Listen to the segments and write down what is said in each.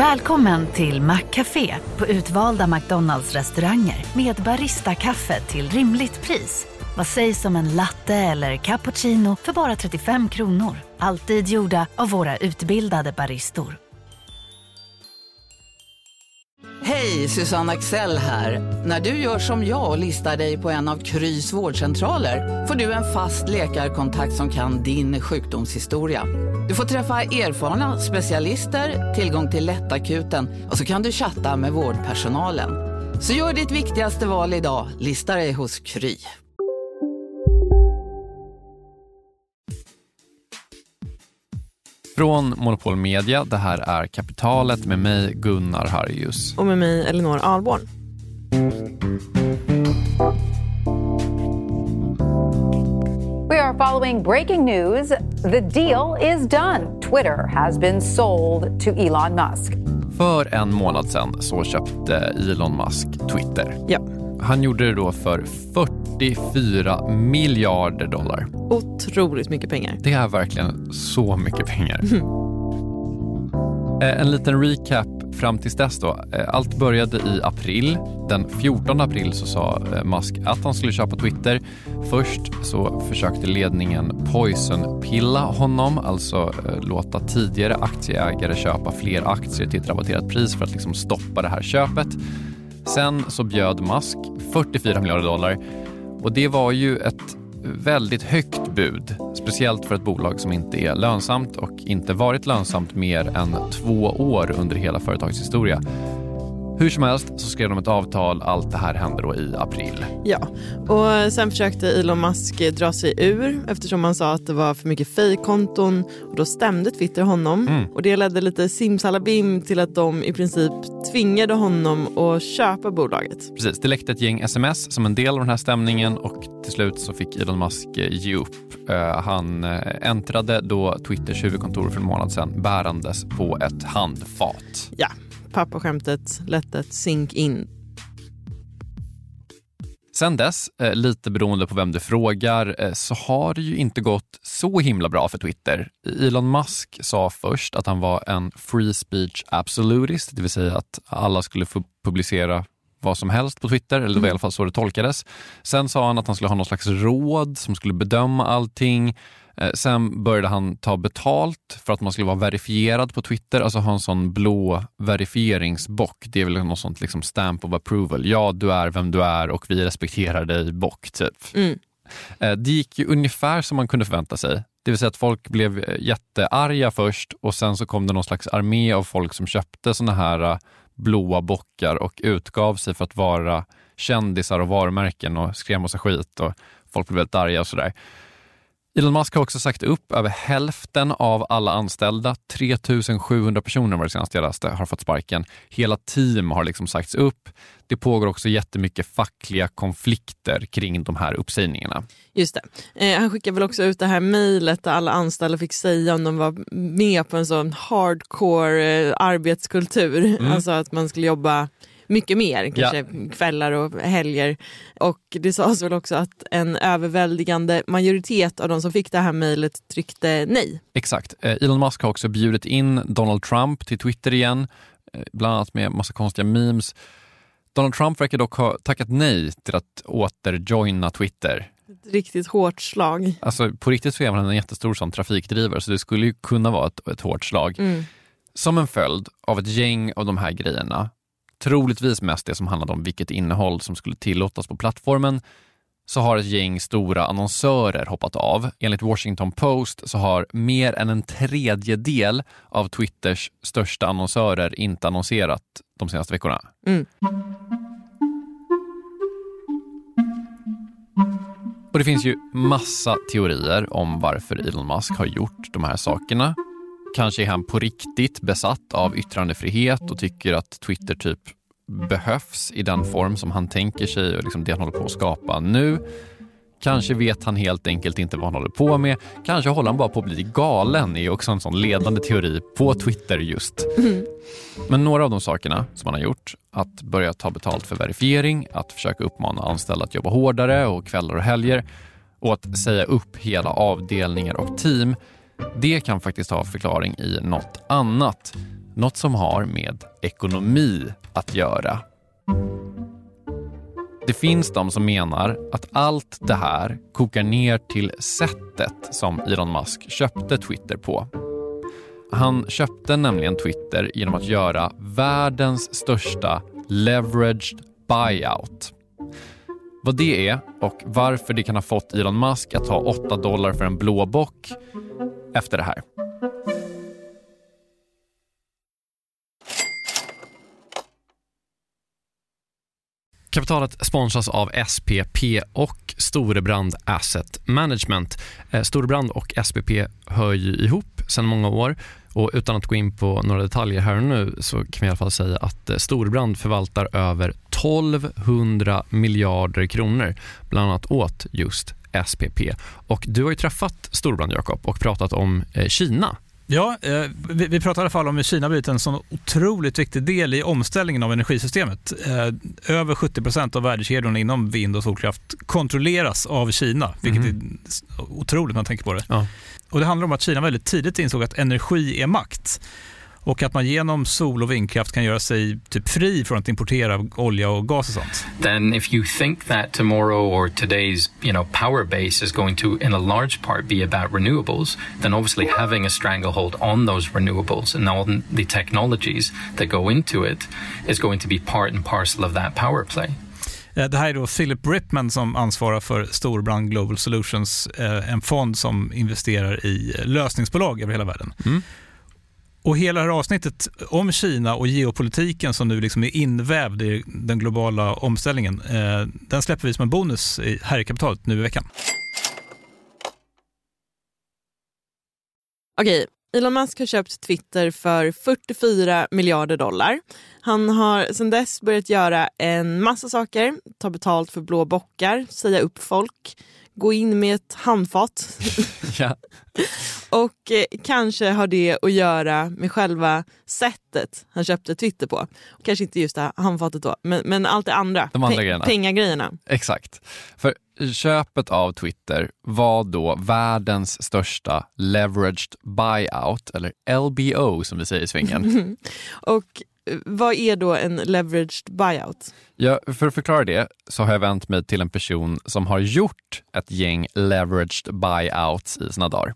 Välkommen till McCafé på utvalda McDonalds-restauranger med barista-kaffe till rimligt pris. Vad sägs om en latte eller cappuccino för bara 35 kronor? Alltid gjorda av våra utbildade baristor. Hej, Susanne Axel här. När du gör som jag och listar dig på en av Krys vårdcentraler får du en fast läkarkontakt som kan din sjukdomshistoria. Du får träffa erfarna specialister, tillgång till lättakuten och så kan du chatta med vårdpersonalen. Så gör ditt viktigaste val idag, lista dig hos Kry. Från Monopol Media, det här är Kapitalet med mig Gunnar Harjus. Och med mig Elinor Ahlborn. We are following breaking news. The deal is done. Twitter has been sold to Elon Musk. För en månad sedan så köpte Elon Musk Twitter. Ja. Han gjorde det då för 44 miljarder dollar. Otroligt mycket pengar. Det är verkligen så mycket pengar. En liten recap fram tills dess då. Allt började i april. Den 14 april så sa Musk att han skulle köpa Twitter. Först så försökte ledningen poison-pilla honom, alltså låta tidigare aktieägare köpa fler aktier till ett rabatterat pris för att liksom stoppa det här köpet. Sen så bjöd Musk 44 miljarder dollar och det var ju ett väldigt högt bud, speciellt för ett bolag som inte är lönsamt och inte varit lönsamt mer än 2 år under hela företagets historia. Hur som helst så skrev de ett avtal, allt det här hände då i april. Ja, och sen försökte Elon Musk dra sig ur eftersom han sa att det var för mycket fake-konton och då stämde Twitter honom. Och det ledde lite simsalabim till att de i princip tvingade honom att köpa bolaget. Precis, det läckte ett gäng sms som en del av den här stämningen och till slut så fick Elon Musk ge upp. Han äntrade då Twitters huvudkontor för en månad sedan bärandes på ett handfat. Ja. Pappaskämtet lätt att sink in. Sen dess, lite beroende på vem du frågar, så har det ju inte gått så himla bra för Twitter. Elon Musk sa först att han var en free speech absolutist, det vill säga att alla skulle få publicera vad som helst på Twitter, eller det var i alla fall så det tolkades. Sen sa han att han skulle ha någon slags råd som skulle bedöma allting. Sen började han ta betalt för att man skulle vara verifierad på Twitter, alltså ha en sån blå verifieringsbock. Det är väl något sånt liksom stamp of approval. Ja, du är vem du är och vi respekterar dig bock typ. Det gick ju ungefär som man kunde förvänta sig. Det vill säga att folk blev jättearga först och sen så kom det någon slags armé av folk som köpte såna här blåa bockar och utgav sig för att vara kändisar och varumärken och skrev massa skit och folk blev väldigt arga och sådär. Elon Musk har också sagt upp över hälften av alla anställda. 3700 personer var det senaste jag läste har fått sparken. Hela team har liksom sagts upp. Det pågår också jättemycket fackliga konflikter kring de här uppsägningarna. Just det. Han skickade väl också ut det här mejlet där alla anställda fick säga om de var med på en sån hardcore arbetskultur. Alltså att man skulle jobba mycket mer, kanske kvällar och helger. Och det sades väl också att en överväldigande majoritet av de som fick det här mejlet tryckte nej. Exakt. Elon Musk har också bjudit in Donald Trump till Twitter igen, bland annat med massa konstiga memes. Donald Trump verkar dock ha tackat nej till att återjoina Twitter. Ett riktigt hårt slag. Alltså på riktigt så är man en jättestor sån trafikdrivare så det skulle ju kunna vara ett hårt slag. Som en följd av ett gäng av de här grejerna, troligtvis mest det som handlade om vilket innehåll som skulle tillåtas på plattformen, så har ett gäng stora annonsörer hoppat av. Enligt Washington Post så har mer än en tredjedel av Twitters största annonsörer inte annonserat de senaste veckorna. Och det finns ju massa teorier om varför Elon Musk har gjort de här sakerna. Kanske är han på riktigt besatt av yttrandefrihet och tycker att Twitter typ behövs i den form som han tänker sig och liksom det han håller på att skapa nu. Kanske vet han helt enkelt inte vad han håller på med. Kanske håller han bara på att bli galen, är också en sån ledande teori på Twitter just. Men några av de sakerna som han har gjort, att börja ta betalt för verifiering, att försöka uppmana anställda att jobba hårdare och kvällar och helger och att säga upp hela avdelningar och team, det kan faktiskt ha förklaring i något annat. något som har med ekonomi att göra. Det finns de som menar att allt det här kokar ner till sättet som Elon Musk köpte Twitter på. Han köpte nämligen Twitter genom att göra världens största leveraged buyout. Vad det är och varför det kan ha fått Elon Musk att ta $8 för en blå bock efter det här. Kapitalet sponsras av SPP och Storebrand Asset Management. Storebrand och SPP hör ju ihop sedan många år, och utan att gå in på några detaljer här och nu så kan vi i alla fall säga att Storebrand förvaltar över 1200 miljarder kronor bland annat åt just SPP. Och du har ju träffat Storebrand, Jakob, och pratat om Kina. Ja, vi pratar i alla fall om hur Kina blivit en sån otroligt viktig del i omställningen av energisystemet. Över 70% av värdekedjorna inom vind- och solkraft kontrolleras av Kina, vilket är otroligt när man tänker på det. Ja. Och det handlar om att Kina väldigt tidigt insåg att energi är makt. Och att man genom sol- och vindkraft kan göra sig typ fri från att importera olja och gas och sånt. Then if you think that tomorrow or today's, power base is going to in a large part be about renewables, then obviously having a stranglehold on those renewables and all the technologies that go into it is going to be part and parcel of that power play. Det här är då Philip Ripman som ansvarar för Storebrand Global Solutions, en fond som investerar i lösningsbolag över hela världen. Och hela det här avsnittet om Kina och geopolitiken som nu liksom är invävd i den globala omställningen, den släpper vi som en bonus här i Kapitalet nu i veckan. Okej, Elon Musk har köpt Twitter för $44 miljarder. Han har sedan dess börjat göra en massa saker. Ta betalt för blå bockar, säga upp folk, gå in med ett handfat. Ja. Och kanske har det att göra med själva sättet han köpte Twitter på. Kanske inte just det här handfatet då, men allt det andra. De andra grejerna. Pengagrejerna. Exakt. För köpet av Twitter var då världens största leveraged buyout, eller LBO som vi säger i svingen. Och vad är då en leveraged buyout? Ja, för att förklara det så har jag vänt mig till en person som har gjort ett gäng leveraged buyouts i sina dagar.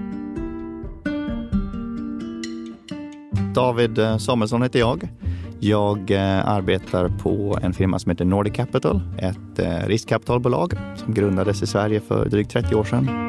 David Samuelsson heter jag. Jag arbetar på en firma som heter Nordic Capital, ett riskkapitalbolag som grundades i Sverige för drygt 30 år sedan.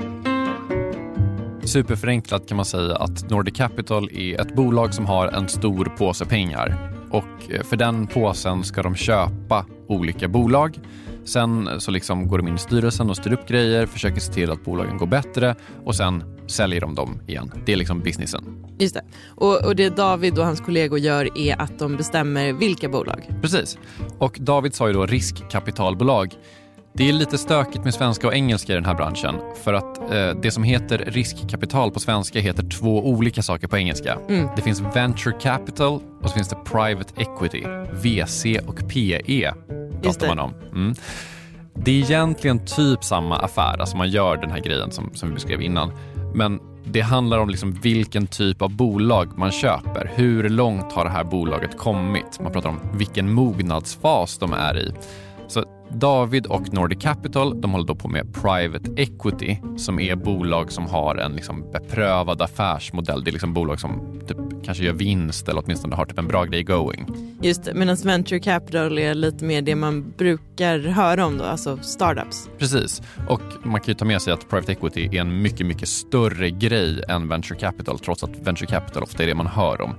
Superförenklat kan man säga att Nordic Capital är ett bolag som har en stor påse pengar. Och för den påsen ska de köpa olika bolag. Sen så liksom går de in i styrelsen och styr upp grejer, försöker se till att bolagen går bättre och sen säljer de dem igen. Det är liksom businessen. Just det. Och det David och hans kollegor gör är att de bestämmer vilka bolag. Precis. Och David sa ju då riskkapitalbolag. Det är lite stökigt med svenska och engelska i den här branschen. För att det som heter riskkapital på svenska heter 2 olika saker på engelska. Det finns venture capital och så finns det private equity. VC och PE pratar man om. Det är egentligen typ samma affär. Alltså man gör den här grejen som vi beskrev innan. Men det handlar om liksom vilken typ av bolag man köper. Hur långt har det här bolaget kommit? Man pratar om vilken mognadsfas de är i. Så David och Nordic Capital, de håller då på med private equity som är bolag som har en liksom beprövad affärsmodell. Det är liksom bolag som typ kanske gör vinst eller åtminstone har typ en bra grej going. Just det, medan venture capital är lite mer det man brukar höra om då, alltså startups. Precis, och man kan ju ta med sig att private equity är en mycket, mycket större grej än venture capital, trots att venture capital ofta är det man hör om.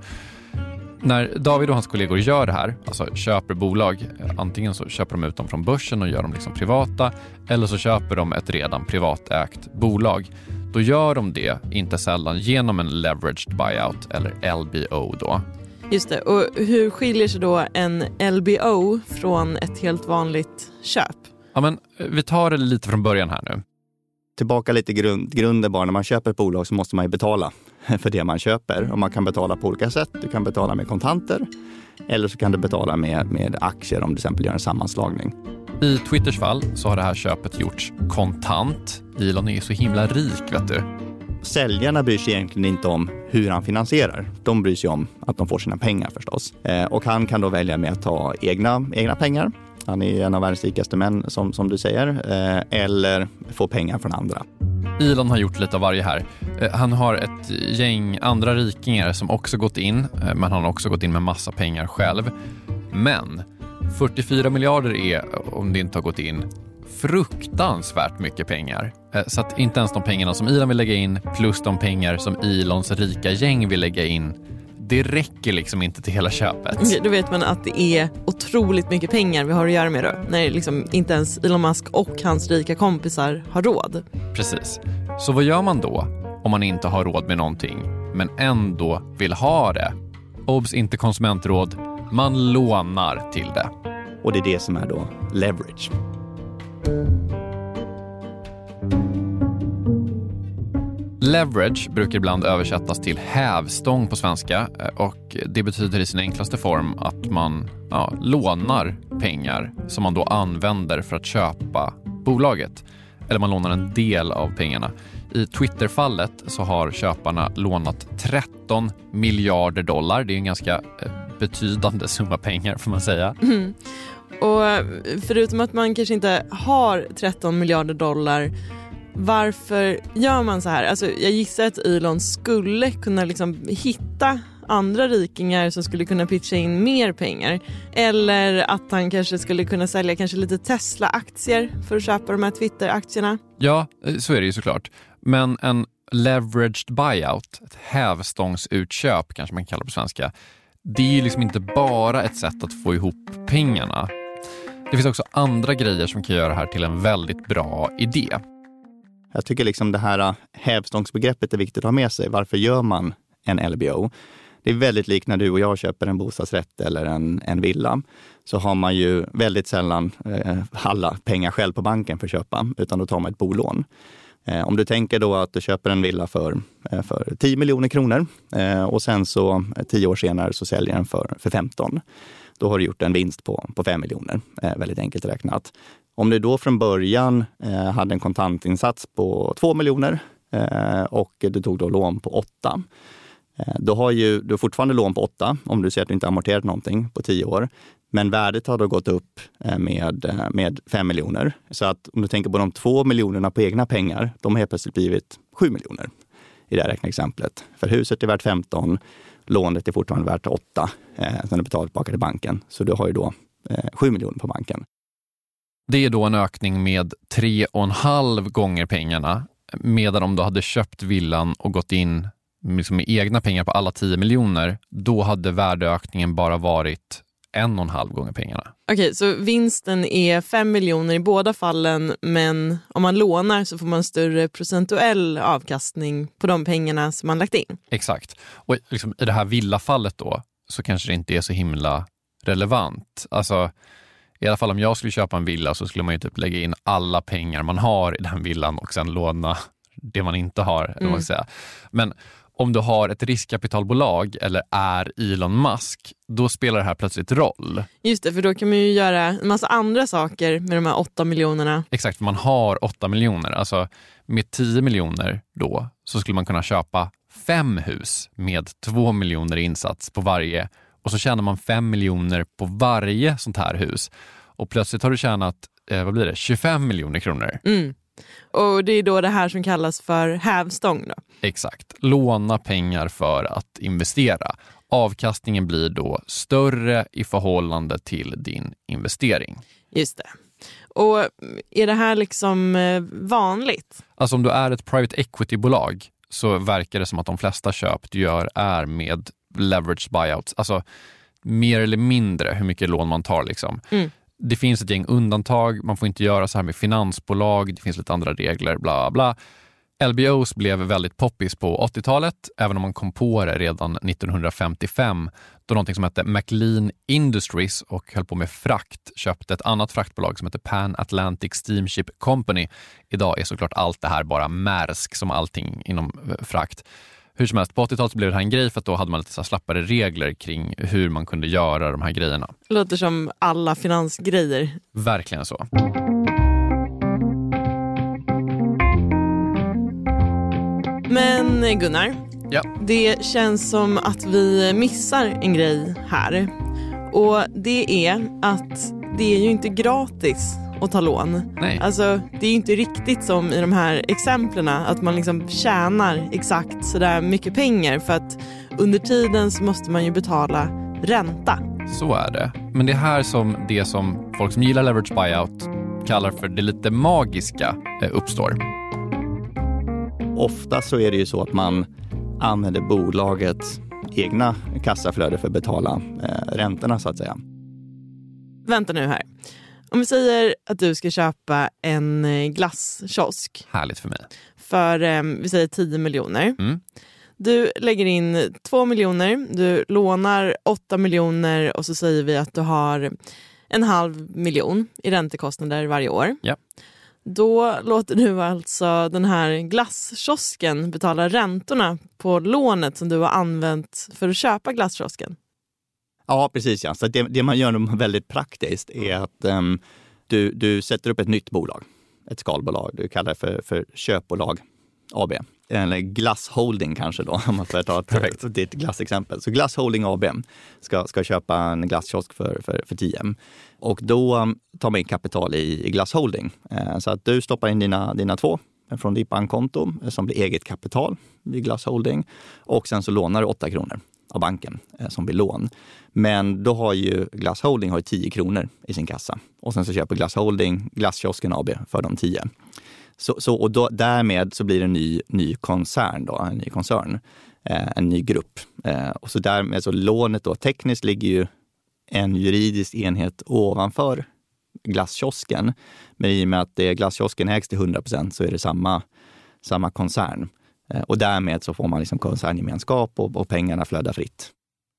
När David och hans kollegor gör det här, alltså köper bolag, antingen så köper de ut dem från börsen och gör dem liksom privata, eller så köper de ett redan privatägt bolag. Då gör de det inte sällan genom en leveraged buyout eller LBO då. Just det, och hur skiljer sig då en LBO från ett helt vanligt köp? Ja, men vi tar det lite från början här nu. Tillbaka lite grunden bara, när man köper ett bolag så måste man ju betala för det man köper. Och man kan betala på olika sätt. Du kan betala med kontanter eller så kan du betala med aktier om du till exempel gör en sammanslagning. I Twitters fall så har det här köpet gjorts kontant. Elon är så himla rik, vet du. säljarna bryr sig egentligen inte om hur han finansierar. De bryr sig om att de får sina pengar förstås. Och han kan då välja med att ta egna pengar. Han är en av världens rikaste män som du säger. Eller få pengar från andra. Elon har gjort lite av varje här. Han har ett gäng andra rikingar som också gått in. Men han har också gått in med massa pengar själv. Men 44 miljarder är, om det inte har gått in, fruktansvärt mycket pengar. Så att inte ens de pengarna som Elon vill lägga in plus de pengar som Elons rika gäng vill lägga in, det räcker liksom inte till hela köpet. Okej, då vet man att det är otroligt mycket pengar vi har att göra med då. När liksom inte ens Elon Musk och hans rika kompisar har råd. Precis. Så vad gör man då om man inte har råd med någonting men ändå vill ha det? Obs, inte konsumentråd. Man lånar till det. Och det är det som är då leverage. Leverage brukar ibland översättas till hävstång på svenska och det betyder i sin enklaste form att man lånar pengar som man då använder för att köpa bolaget. Eller man lånar en del av pengarna. I Twitter-fallet så har köparna lånat 13 miljarder dollar. Det är en ganska betydande summa pengar får man säga. Mm. Och förutom att man kanske inte har 13 miljarder dollar, varför gör man så här? Alltså, jag gissar att Elon skulle kunna liksom hitta andra rikingar som skulle kunna pitcha in mer pengar. Eller att han kanske skulle kunna sälja kanske lite Tesla-aktier för att köpa de här Twitter-aktierna. Ja, så är det ju såklart. Men en leveraged buyout, ett hävstångsutköp kanske man kallar på svenska, det är ju liksom inte bara ett sätt att få ihop pengarna. Det finns också andra grejer som kan göra det här till en väldigt bra idé. Jag tycker liksom det här hävstångsbegreppet är viktigt att ha med sig. Varför gör man en LBO? Det är väldigt likt när du och jag köper en bostadsrätt eller en villa. Så har man ju väldigt sällan alla pengar själv på banken för att köpa, utan då tar man ett bolån. Om du tänker då att du köper en villa för 10 miljoner kronor och sen så 10 år senare så säljer den för 15. Då har du gjort en vinst på 5 miljoner, väldigt enkelt räknat. Om du då från början hade en kontantinsats på 2 miljoner och du tog då lån på 8. Då har du fortfarande lån på 8 om du ser att du inte har amorterat någonting på 10 år. Men värdet har då gått upp med 5 miljoner. Så att om du tänker på de 2 miljonerna på egna pengar, de har helt plötsligt blivit 7 miljoner i det här räkneexemplet. För huset är värt 15, lånet är fortfarande värt 8 sen du betalar tillbaka till banken. Så du har ju då 7 miljoner på banken. Det är då en ökning med 3,5 gånger pengarna. Medan om du hade köpt villan och gått in liksom med egna pengar på alla 10 miljoner, då hade värdeökningen bara varit 1,5 gånger pengarna. Okej, så vinsten är 5 miljoner i båda fallen, men om man lånar så får man större procentuell avkastning på de pengarna som man lagt in. Exakt. Och liksom, i det här villafallet då så kanske det inte är så himla relevant. Alltså, i alla fall om jag skulle köpa en villa så skulle man ju typ lägga in alla pengar man har i den villan och sen låna det man inte har. Eller vad man ska säga. Men om du har ett riskkapitalbolag eller är Elon Musk, då spelar det här plötsligt roll. Just det, för då kan man ju göra en massa andra saker med de här 8 miljonerna. Exakt, för man har 8 miljoner. Alltså med 10 miljoner då så skulle man kunna köpa 5 hus med 2 miljoner insats på varje. Och så tjänar man 5 miljoner på varje sånt här hus. Och plötsligt har du tjänat, 25 miljoner kronor. Mm. Och det är då det här som kallas för hävstång då? Exakt. Låna pengar för att investera. Avkastningen blir då större i förhållande till din investering. Just det. Och är det här liksom vanligt? Alltså om du är ett private equity-bolag så verkar det som att de flesta köp du gör är med leverage buyouts. Alltså mer eller mindre hur mycket lån man tar liksom. Mm. Det finns ett gäng undantag, man får inte göra så här med finansbolag, det finns lite andra regler, bla bla. LBOs blev väldigt poppis på 80-talet, även om man kom på det redan 1955, då någonting som hette McLean Industries och höll på med frakt köpte ett annat fraktbolag som heter Pan Atlantic Steamship Company. Idag är såklart allt det här bara Maersk som allting inom frakt. Hur som helst, på 80-talet blev det här en grej för att då hade man lite så slappare regler kring hur man kunde göra de här grejerna. Låter som alla finansgrejer. Verkligen så. Men Gunnar, Ja. det känns som att vi missar en grej här. Och det är att det är ju inte gratis att ta lån. Nej. Alltså, det är ju inte riktigt som i de här exemplen att man liksom tjänar exakt sådär mycket pengar, för att under tiden så måste man ju betala ränta. Så är det. Men det är här som det som folk som gillar leverage buyout kallar för det lite magiska uppstår. Ofta så är det ju så att man använder bolagets egna kassaflöde för att betala räntorna så att säga. Vänta nu här. Om vi säger att du ska köpa en glasskiosk. Härligt för mig. För vi säger 10 miljoner. Mm. Du lägger in 2 miljoner, du lånar 8 miljoner och så säger vi att du har 500 000 i räntekostnader varje år. Ja. Då låter du alltså den här glasskiosken betala räntorna på lånet som du har använt för att köpa glasskiosken. Ja, precis. Ja. Så det man gör väldigt praktiskt är att du sätter upp ett nytt bolag, ett skalbolag. Du kallar det för köpbolag AB. Eller Glassholding kanske då, om man får ta ett glassexempel. Så Glassholding AB ska köpa en glasskiosk för 10. Och då tar man in kapital i Glassholding. Så att du stoppar in dina 2 från ditt bankkonto som blir eget kapital i Glassholding. Och sen så lånar du 8 kronor av banken som blir lån. Men då har ju Glassholding 10 kronor i sin kassa. Och sen så köper Glassholding Glasskiosken AB för de 10. Och då, därmed så blir det en ny koncern då, en ny koncern, en ny grupp. Och så därmed så lånet då tekniskt ligger ju en juridisk enhet ovanför glasskiosken. Men i och med att glasskiosken ägs till 100% så är det samma koncern. Och därmed så får man liksom koncerngemenskap och pengarna flödar fritt.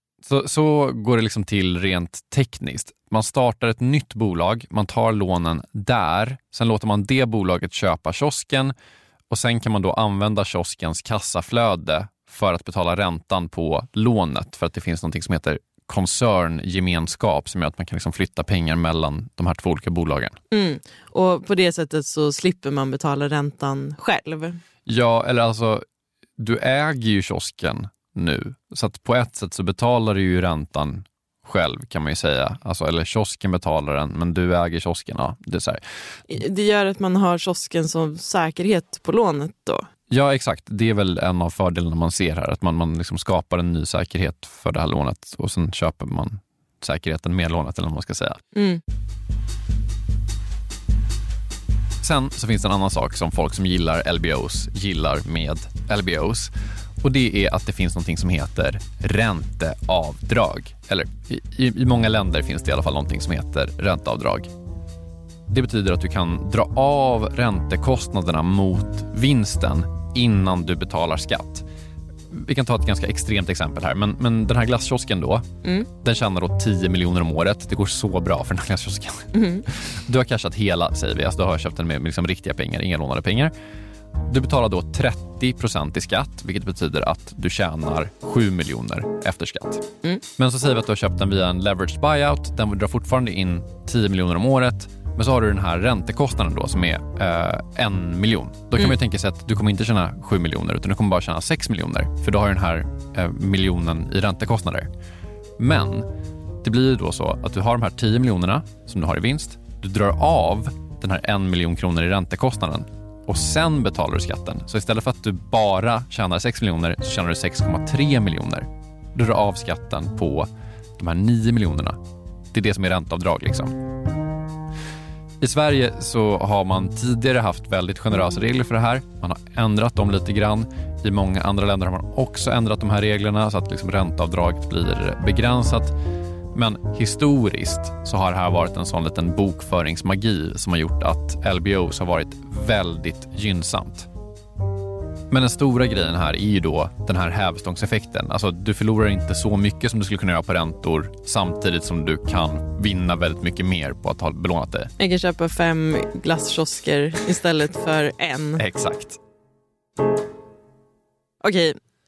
Så går det liksom till rent tekniskt. Man startar ett nytt bolag, man tar lånen där, sen låter man det bolaget köpa kiosken och sen kan man då använda kioskens kassaflöde för att betala räntan på lånet, för att det finns något som heter koncerngemenskap som gör att man kan liksom flytta pengar mellan de här 2 olika bolagen. Och på det sättet så slipper man betala räntan själv. Ja, eller alltså du äger ju kiosken nu. Så att på ett sätt så betalar du ju räntan själv, kan man ju säga. Alltså, eller kiosken betalar den, men du äger kiosken. Ja, det är så här. Det gör att man har kiosken som säkerhet på lånet då? Ja, exakt. Det är väl en av fördelarna man ser här. Att man liksom skapar en ny säkerhet för det här lånet och sen köper man säkerheten med lånet, eller vad man ska säga. Sen så finns det en annan sak som folk som gillar LBOs gillar med LBOs. Och det är att det finns någonting som heter ränteavdrag. Eller i många länder finns det i alla fall någonting som heter ränteavdrag. Det betyder att du kan dra av räntekostnaderna mot vinsten innan du betalar skatt. Vi kan ta ett ganska extremt exempel här. Men den här glasskiosken då, den tjänar då 10 miljoner om året. Det går så bra för den här glasskiosken. Du har cashat hela, säger vi. Alltså, du har köpt den med liksom riktiga pengar, inga lånade pengar. Du betalar då 30% i skatt, vilket betyder att du tjänar 7 miljoner efter skatt. Men så säger vi att du har köpt den via en leveraged buyout. Den drar fortfarande in 10 miljoner om året. Men så har du den här räntekostnaden då som är 1 miljon. Då kan man ju tänka sig att du kommer inte tjäna 7 miljoner utan du kommer bara tjäna 6 miljoner. För då har du den här miljonen i räntekostnader. Men det blir ju då så att du har de här 10 miljonerna som du har i vinst. Du drar av den här 1 miljon kronor i räntekostnaden. Och sen betalar du skatten. Så istället för att du bara tjänar 6 miljoner så tjänar du 6,3 miljoner. Du drar av skatten på de här 9 miljonerna. Det är det som är ränteavdrag liksom. I Sverige så har man tidigare haft väldigt generösa regler för det här. Man har ändrat dem lite grann. I många andra länder har man också ändrat de här reglerna så att liksom ränteavdraget blir begränsat. Men historiskt så har det här varit en sån liten bokföringsmagi som har gjort att LBOs har varit väldigt gynnsamt. Men den stora grejen här är ju då den här hävstångseffekten. Alltså du förlorar inte så mycket som du skulle kunna göra på räntor samtidigt som du kan vinna väldigt mycket mer på att ha belånat dig. Jag kan köpa 5 glasskiosker istället för 1. Exakt. Okej,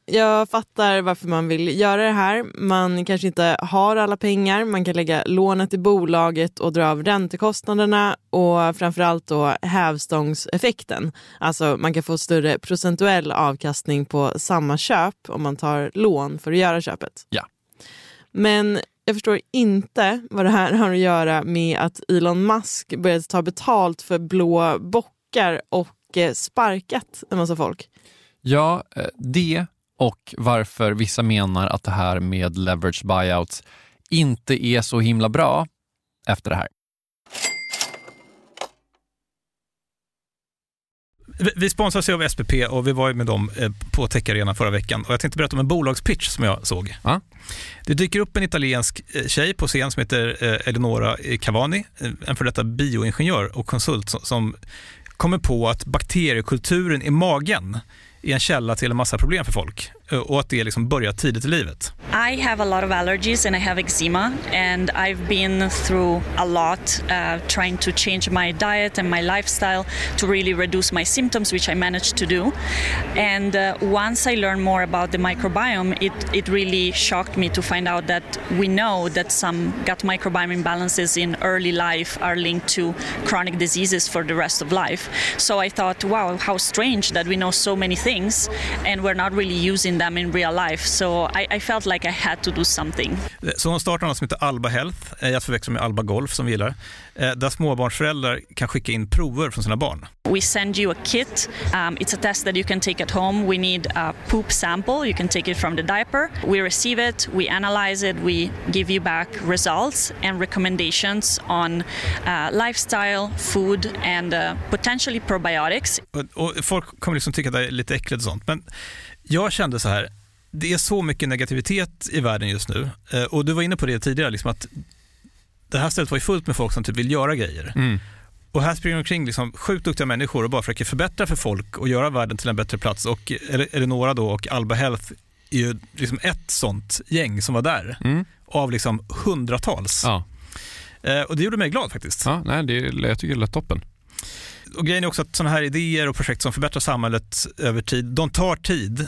jag fattar varför man vill göra det här. Man kanske inte har alla pengar. Man kan lägga lånet i bolaget och dra av räntekostnaderna och framförallt då hävstångseffekten. Alltså man kan få större procentuell avkastning på samma köp om man tar lån för att göra köpet. Ja. Men jag förstår inte vad det här har att göra med att Elon Musk började ta betalt för blå bockar och sparkat en massa folk. Ja, det och varför vissa menar att det här med leverage buyouts inte är så himla bra efter det här. Vi sponsras av SPP och vi var ju med dem på Tech Arena förra veckan. Och jag tänkte berätta om en bolagspitch som jag såg. Ja. Det dyker upp en italiensk tjej på scen som heter Eleonora Cavani, en för detta bioingenjör och konsult som kommer på att bakteriekulturen i magen är en källa till en massa problem för folk och att det liksom börjar tidigt i livet. I have a lot of allergies and I have eczema and I've been through a lot trying to change my diet and my lifestyle to really reduce my symptoms, which I managed to do. And once I learned more about the microbiome, it really shocked me to find out that we know that some gut microbiome imbalances in early life are linked to chronic diseases for the rest of life. So I thought, wow, how strange that we know so many things and we're not really using them in real life. So I felt like I had to do something. Så hon startar något som heter Alba Health, jag förväxlar med Alba Golf som vi gillar, där småbarnsföräldrar kan skicka in prover från sina barn. We send you a kit. It's a test that you can take at home. We need a poop sample. You can take it from the diaper. We receive it, we analyze it, we give you back results and recommendations on lifestyle, food and potentially probiotics. Och folk kommer liksom tycka att det är lite äckligt och sånt, men jag kände så här, det är så mycket negativitet i världen just nu. Och du var inne på det tidigare, liksom att det här stället var ju fullt med folk som typ vill göra grejer. Mm. Och här springer omkring liksom sjukt duktiga människor och bara försöker förbättra för folk och göra världen till en bättre plats. Och Eleonora då och Alba Health är ju liksom ett sånt gäng som var där av liksom hundratals. Ja. Och det gjorde mig glad faktiskt. Ja, nej, jag tycker det lät toppen. Och grejen är också att sådana här idéer och projekt som förbättrar samhället över tid, de tar tid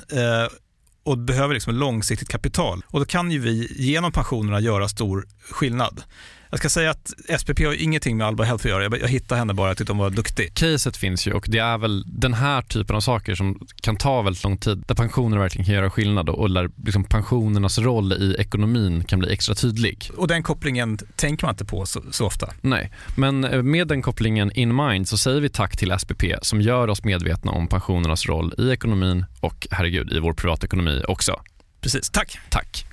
och behöver liksom långsiktigt kapital. Och då kan ju vi genom pensionerna göra stor skillnad. Jag ska säga att SPP har ingenting med Alba Health att göra. Jag hittade henne bara att de var duktig. Caset finns ju och det är väl den här typen av saker som kan ta väldigt lång tid. Där pensioner verkligen kan göra skillnad och där liksom pensionernas roll i ekonomin kan bli extra tydlig. Och den kopplingen tänker man inte på så ofta. Nej, men med den kopplingen in mind så säger vi tack till SPP som gör oss medvetna om pensionernas roll i ekonomin och herregud i vår privatekonomi också. Precis, tack. Tack.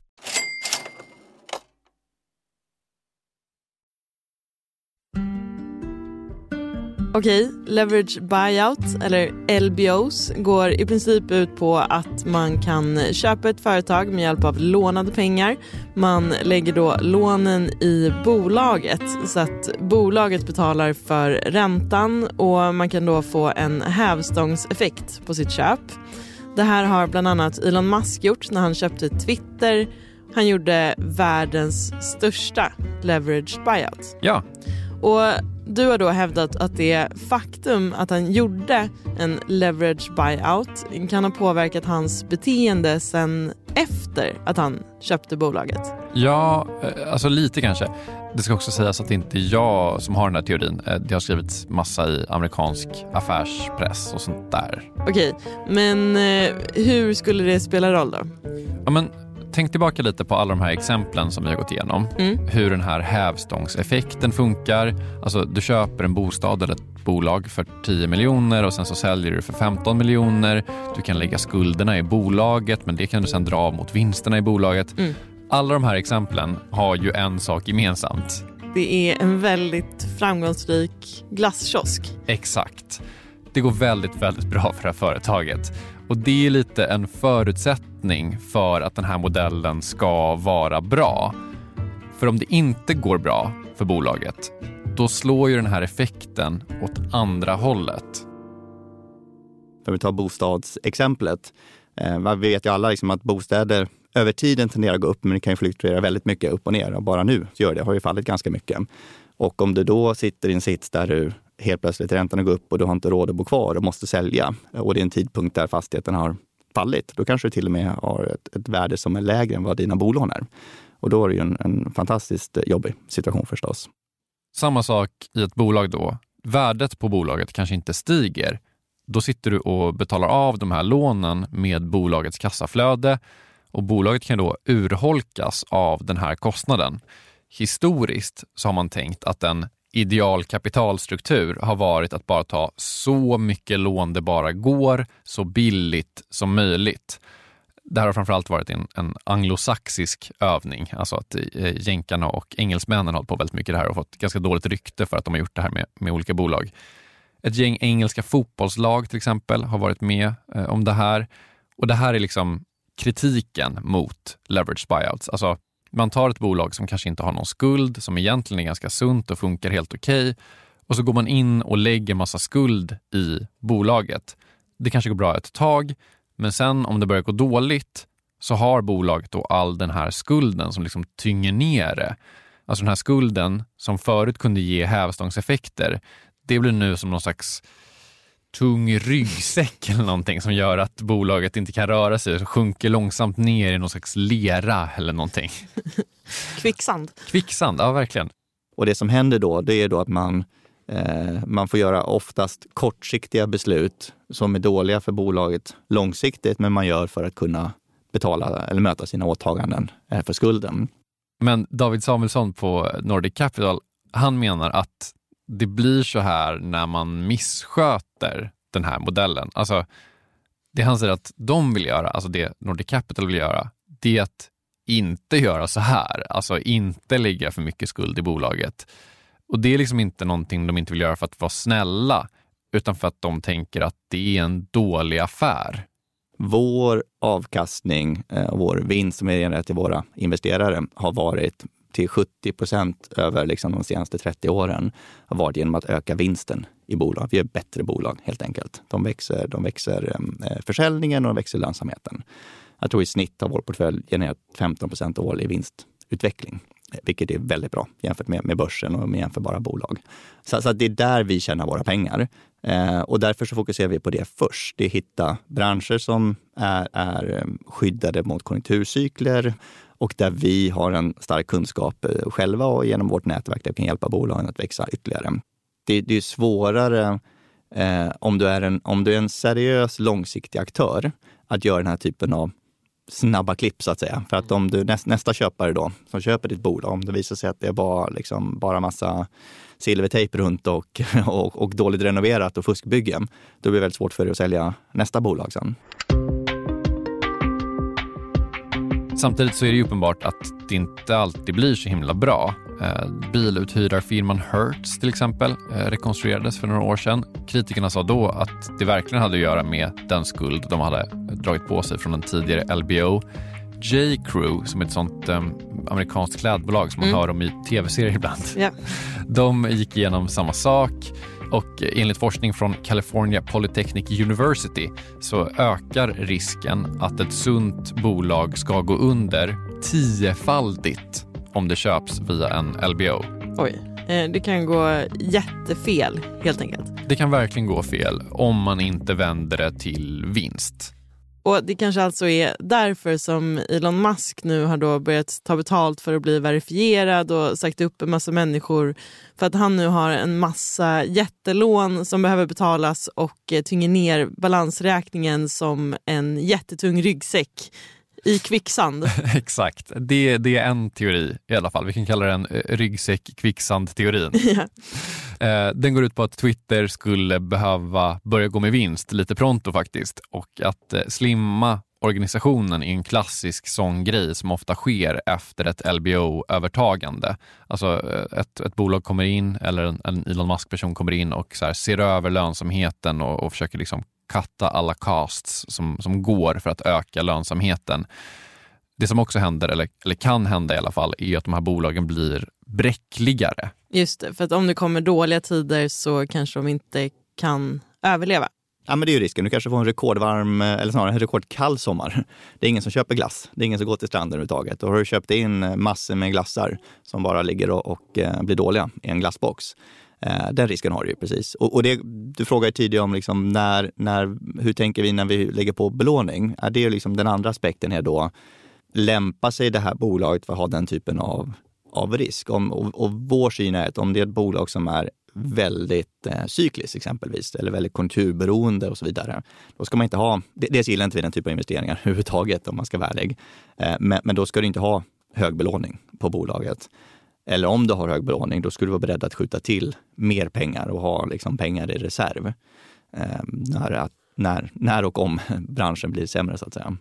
Okej, leverage buyout eller LBOs går i princip ut på att man kan köpa ett företag med hjälp av lånade pengar. Man lägger då lånen i bolaget så att bolaget betalar för räntan och man kan då få en hävstångseffekt på sitt köp. Det här har bland annat Elon Musk gjort när han köpte Twitter. Han gjorde världens största leverage buyout. Ja. Och du har då hävdat att det faktum att han gjorde en leverage buyout kan ha påverkat hans beteende sen efter att han köpte bolaget. Ja, alltså lite kanske. Det ska också sägas att det inte är jag som har den här teorin. Det har skrivits massa i amerikansk affärspress och sånt där. Okej, men hur skulle det spela roll då? Ja, men tänk tillbaka lite på alla de här exemplen som vi har gått igenom. Hur den här hävstångseffekten funkar. Alltså du köper en bostad eller ett bolag för 10 miljoner och sen så säljer du för 15 miljoner. Du kan lägga skulderna i bolaget men det kan du sen dra av mot vinsterna i bolaget. Alla de här exemplen har ju en sak gemensamt. Det är en väldigt framgångsrik glasskiosk. Exakt. Det går väldigt, väldigt bra för det här företaget. Och det är lite en förutsättning för att den här modellen ska vara bra. För om det inte går bra för bolaget, då slår ju den här effekten åt andra hållet. För vi tar bostadsexemplet. Vi vet ju alla liksom att bostäder över tiden tenderar att gå upp, men det kan ju fluktuera väldigt mycket upp och ner. Och bara nu gör det, har ju fallit ganska mycket. Och om du då sitter i en sits där du helt plötsligt räntorna går upp och du har inte råd att bo kvar och måste sälja. Och det är en tidpunkt där fastigheten har fallit. Då kanske du till och med har ett värde som är lägre än vad dina bolån är. Och då är det ju en fantastiskt jobbig situation förstås. Samma sak i ett bolag då. Värdet på bolaget kanske inte stiger. Då sitter du och betalar av de här lånen med bolagets kassaflöde och bolaget kan då urholkas av den här kostnaden. Historiskt så har man tänkt att en ideal kapitalstruktur har varit att bara ta så mycket lån det bara går, så billigt som möjligt. Det här har framförallt varit en anglosaxisk övning, alltså att jänkarna och engelsmännen har hållit på väldigt mycket det här och fått ganska dåligt rykte för att de har gjort det här med olika bolag. Ett gäng engelska fotbollslag till exempel har varit med om det här. Och det här är liksom kritiken mot leverage buyouts. Alltså man tar ett bolag som kanske inte har någon skuld, som egentligen är ganska sunt och funkar helt okej. Och så går man in och lägger massa skuld i bolaget. Det kanske går bra ett tag, men sen om det börjar gå dåligt så har bolaget då all den här skulden som liksom tynger ner det. Alltså den här skulden som förut kunde ge hävstångseffekter, det blir nu som någon slags tung ryggsäck eller någonting som gör att bolaget inte kan röra sig och sjunker långsamt ner i någon slags lera eller någonting. Kvicksand, ja verkligen. Och det som händer då, det är då att man får göra oftast kortsiktiga beslut som är dåliga för bolaget långsiktigt, men man gör för att kunna betala eller möta sina åtaganden för skulden. Men David Samuelsson på Nordic Capital, han menar att det blir så här när man missköter den här modellen. Alltså det han säger att de vill göra, alltså det Nordic Capital vill göra, det är att inte göra så här. Alltså inte lägga för mycket skuld i bolaget. Och det är liksom inte någonting de inte vill göra för att vara snälla, utan för att de tänker att det är en dålig affär. Vår avkastning och vår vinst som är genererad till våra investerare har varit till 70% över liksom de senaste 30 åren har varit genom att öka vinsten i bolag. Vi är bättre bolag helt enkelt. De växer försäljningen och de växer lönsamheten. Jag tror i snitt har vår portfölj genererat 15% årlig vinstutveckling, vilket är väldigt bra jämfört med börsen och med jämförbara bolag. Så det är där vi tjänar våra pengar. Och därför så fokuserar vi på det först. Det är att hitta branscher som är skyddade mot konjunkturcykler och där vi har en stark kunskap själva och genom vårt nätverk där vi kan hjälpa bolagen att växa ytterligare. Det är svårare om du är en seriös långsiktig aktör att göra den här typen av snabba klipp så att säga. För att om du nästa köpare då som köper ditt bolag, om det visar sig att det är bara massa silvertejp runt och dåligt renoverat och fuskbygge, då blir det väldigt svårt för dig att sälja nästa bolag sen. Samtidigt så är det ju uppenbart att det inte alltid blir så himla bra. Biluthyrarfirman Hertz till exempel rekonstruerades för några år sedan. Kritikerna sa då att det verkligen hade att göra med den skuld de hade dragit på sig från en tidigare LBO. J.Crew, som är ett sånt amerikanskt klädbolag som man hör om i tv-serier ibland. Yeah. De gick igenom samma sak. Och enligt forskning från California Polytechnic University så ökar risken att ett sunt bolag ska gå under 10-faldigt om det köps via en LBO. Oj, det kan gå jättefel helt enkelt. Det kan verkligen gå fel om man inte vänder det till vinst. Och det kanske alltså är därför som Elon Musk nu har då börjat ta betalt för att bli verifierad och sagt upp en massa människor för att han nu har en massa jättelån som behöver betalas och tynger ner balansräkningen som en jättetung ryggsäck i kvicksand. Exakt, det är en teori i alla fall. Vi kan kalla den ryggsäck-kvicksand-teorin. Yeah. Den går ut på att Twitter skulle behöva börja gå med vinst lite pronto faktiskt. Och att slimma organisationen är en klassisk sån grej som ofta sker efter ett LBO-övertagande. Alltså ett bolag kommer in eller en Elon Musk-person kommer in och så här ser över lönsamheten och försöker liksom katta alla costs som går för att öka lönsamheten. Det som också händer, eller kan hända i alla fall, är att de här bolagen blir bräckligare. Just det, för att om det kommer dåliga tider så kanske de inte kan överleva. Ja, men det är ju risken. Du kanske får en rekordvarm, eller snarare en rekordkall sommar. Det är ingen som köper glass. Det är ingen som går till stranden överhuvudtaget. Och har du köpt in massor med glassar som bara ligger och blir dåliga i en glassbox, Den risken har du ju precis. Och det, du frågade tidigare om liksom hur tänker vi när vi lägger på belåning? Det är liksom den andra aspekten är då, lämpar sig det här bolaget för att ha den typen av risk? Och vår syn är att om det är ett bolag som är väldigt cykliskt exempelvis, eller väldigt konjunkturberoende och så vidare, då ska man inte ha, dels gillar inte vi den typen av investeringar överhuvudtaget om man ska vara ärlig, men då ska du inte ha hög belåning på bolaget. Eller om du har hög belåning, då skulle du vara beredd att skjuta till mer pengar och ha liksom pengar i reserv när och om branschen blir sämre så att säga.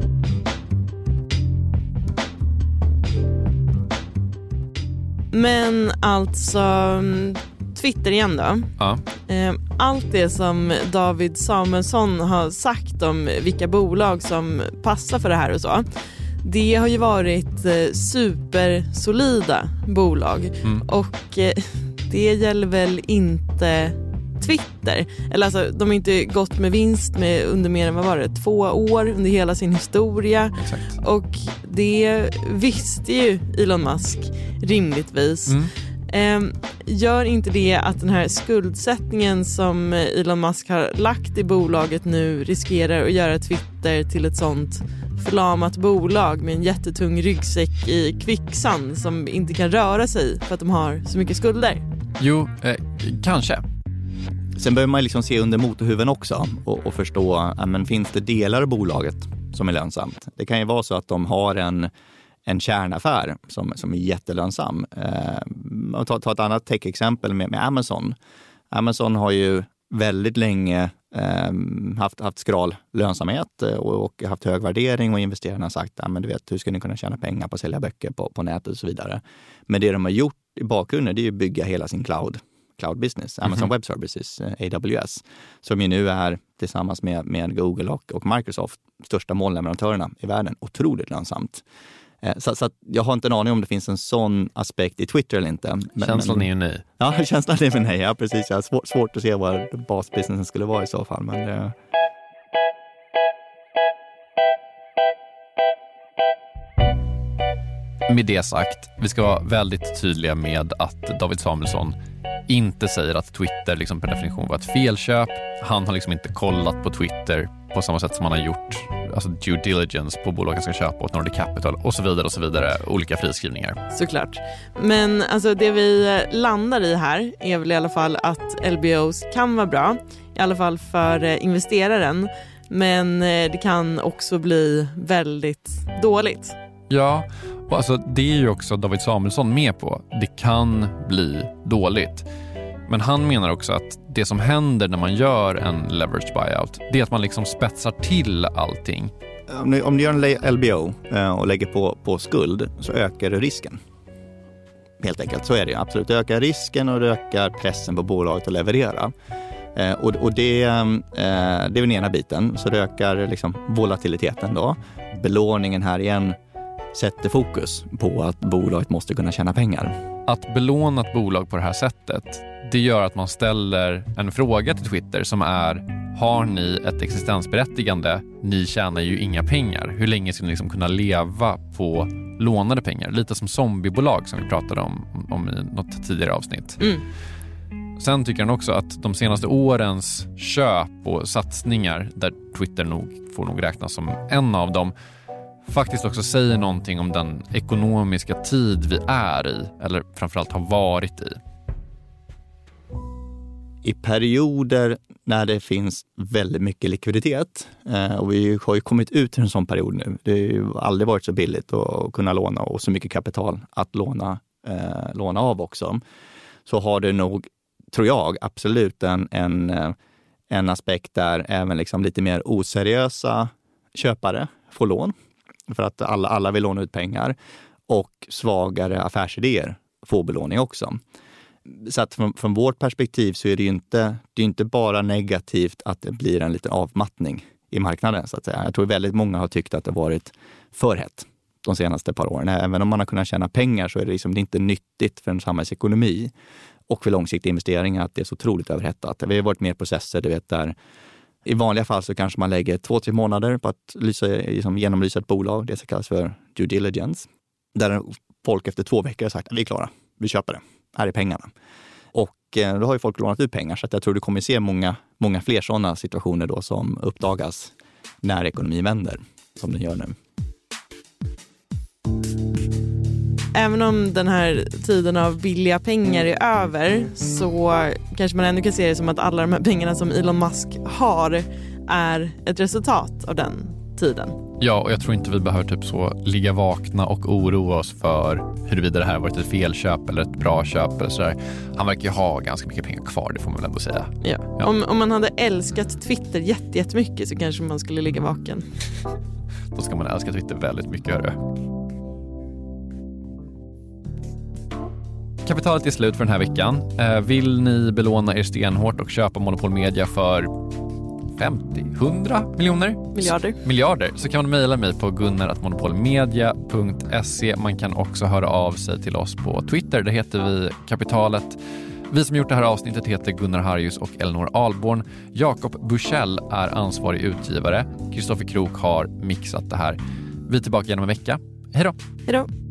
Men alltså Twitter igen då. Ja. Allt det som David Samuelsson har sagt om vilka bolag som passar för det här och så, det har ju varit supersolida bolag. Och det gäller väl inte Twitter. Eller alltså, de har inte gått med vinst under mer än 2 år under hela sin historia. Exakt. Och det visste ju Elon Musk rimligtvis. Gör inte det att den här skuldsättningen som Elon Musk har lagt i bolaget nu riskerar att göra Twitter till ett sånt förlamat bolag med en jättetung ryggsäck i kvicksand som inte kan röra sig för att de har så mycket skulder? Jo, kanske. Sen behöver man liksom se under motorhuven också och förstå, men finns det delar av bolaget som är lönsamt? Det kan ju vara så att de har en kärnaffär som är jättelönsam. Ta ett annat tech-exempel med Amazon. Amazon har ju väldigt länge haft skral lönsamhet och haft hög värdering, och investerarna har sagt, men du vet, hur ska ni kunna tjäna pengar på att sälja böcker på nätet och så vidare. Men det de har gjort i bakgrunden, det är ju att bygga hela sin cloud business, Amazon Web Services, AWS, som ju nu är tillsammans med Google och Microsoft största molnleverantörerna i världen. Otroligt lönsamt. Så att jag har inte en aning om det finns en sån aspekt i Twitter eller inte. Känslan är ju nej. Ja, känslan är ju nej. Ja, precis. Jag har svårt att se vad basbusinessen skulle vara i så fall. Men det... Med det sagt, vi ska vara väldigt tydliga med att David Samuelsson inte säger att Twitter liksom per definition var ett felköp. Han har liksom inte kollat på Twitter på samma sätt som han har gjort alltså due diligence på bolagen ska köpa åt Nordic Capital och så vidare och så vidare. Olika friskrivningar. Såklart. Men alltså det vi landar i här är väl i alla fall att LBOs kan vara bra. I alla fall för investeraren. Men det kan också bli väldigt dåligt. Ja, och alltså det är ju också David Samuelsson med på. Det kan bli dåligt. Men han menar också att det som händer när man gör en leverage buyout, det är att man liksom spetsar till allting. Om du gör en LBO och lägger på skuld, så ökar det risken. Helt enkelt, så är det absolut. Det ökar risken och det ökar pressen på bolaget att leverera. Och det är den ena biten, så det ökar liksom volatiliteten då. Belåningen här igen sätter fokus på att bolaget måste kunna tjäna pengar. Att belåna ett bolag på det här sättet, det gör att man ställer en fråga till Twitter som är: har ni ett existensberättigande? Ni tjänar ju inga pengar. Hur länge ska ni liksom kunna leva på lånade pengar? Lite som zombiebolag som vi pratade om i något tidigare avsnitt. Sen tycker han också att de senaste årens köp och satsningar, där Twitter får nog räknas som en av dem, faktiskt också säger någonting om den ekonomiska tid vi är i, eller framförallt har varit i. I perioder när det finns väldigt mycket likviditet, och vi har ju kommit ut i en sån period nu. Det har ju aldrig varit så billigt att kunna låna och så mycket kapital att låna av också. Så har det nog, tror jag, absolut en aspekt där även liksom lite mer oseriösa köpare får lån. För att alla vill låna ut pengar, och svagare affärsidéer får belåning också. Så att från vårt perspektiv så är det ju inte bara negativt att det blir en liten avmattning i marknaden, så att säga. Jag tror väldigt många har tyckt att det varit för hett de senaste par åren. Även om man har kunnat tjäna pengar så är det liksom inte nyttigt för en samhällsekonomi och för långsiktiga investeringar att det är så otroligt överhettat. Vi har varit mer processer, du vet, där i vanliga fall så kanske man lägger 2-3 månader på att genomlysa ett bolag. Det som kallas för due diligence. Där folk efter 2 veckor har sagt att vi är klara, vi köper det. Här är pengarna. Och då har ju folk lånat ut pengar, så att jag tror du kommer se många fler sådana situationer då som uppdagas när ekonomin vänder, som den gör nu. Även om den här tiden av billiga pengar är över, så kanske man ändå kan se det som att alla de här pengarna som Elon Musk har är ett resultat av den tiden. Ja, och jag tror inte vi behöver typ så ligga vakna och oroa oss för huruvida det här har varit ett felköp eller ett bra köp eller sådär. Han verkar ju ha ganska mycket pengar kvar, det får man väl ändå säga. Ja. Om man hade älskat Twitter jättemycket så kanske man skulle ligga vaken. Då ska man älska Twitter väldigt mycket, hörru. Kapitalet är slut för den här veckan. Vill ni belåna er stenhårt och köpa Monopol Media för 50, 100 miljarder, så kan man mejla mig på gunnar@monopolmedia.se. Man kan också höra av sig till oss på Twitter, det heter vi Kapitalet. Vi som gjort det här avsnittet heter Gunnar Harjus och Elinor Ahlborn. Jakob Bursell är ansvarig utgivare. Kristoffer Krook har mixat det här. Vi är tillbaka igen om en vecka. Hej då!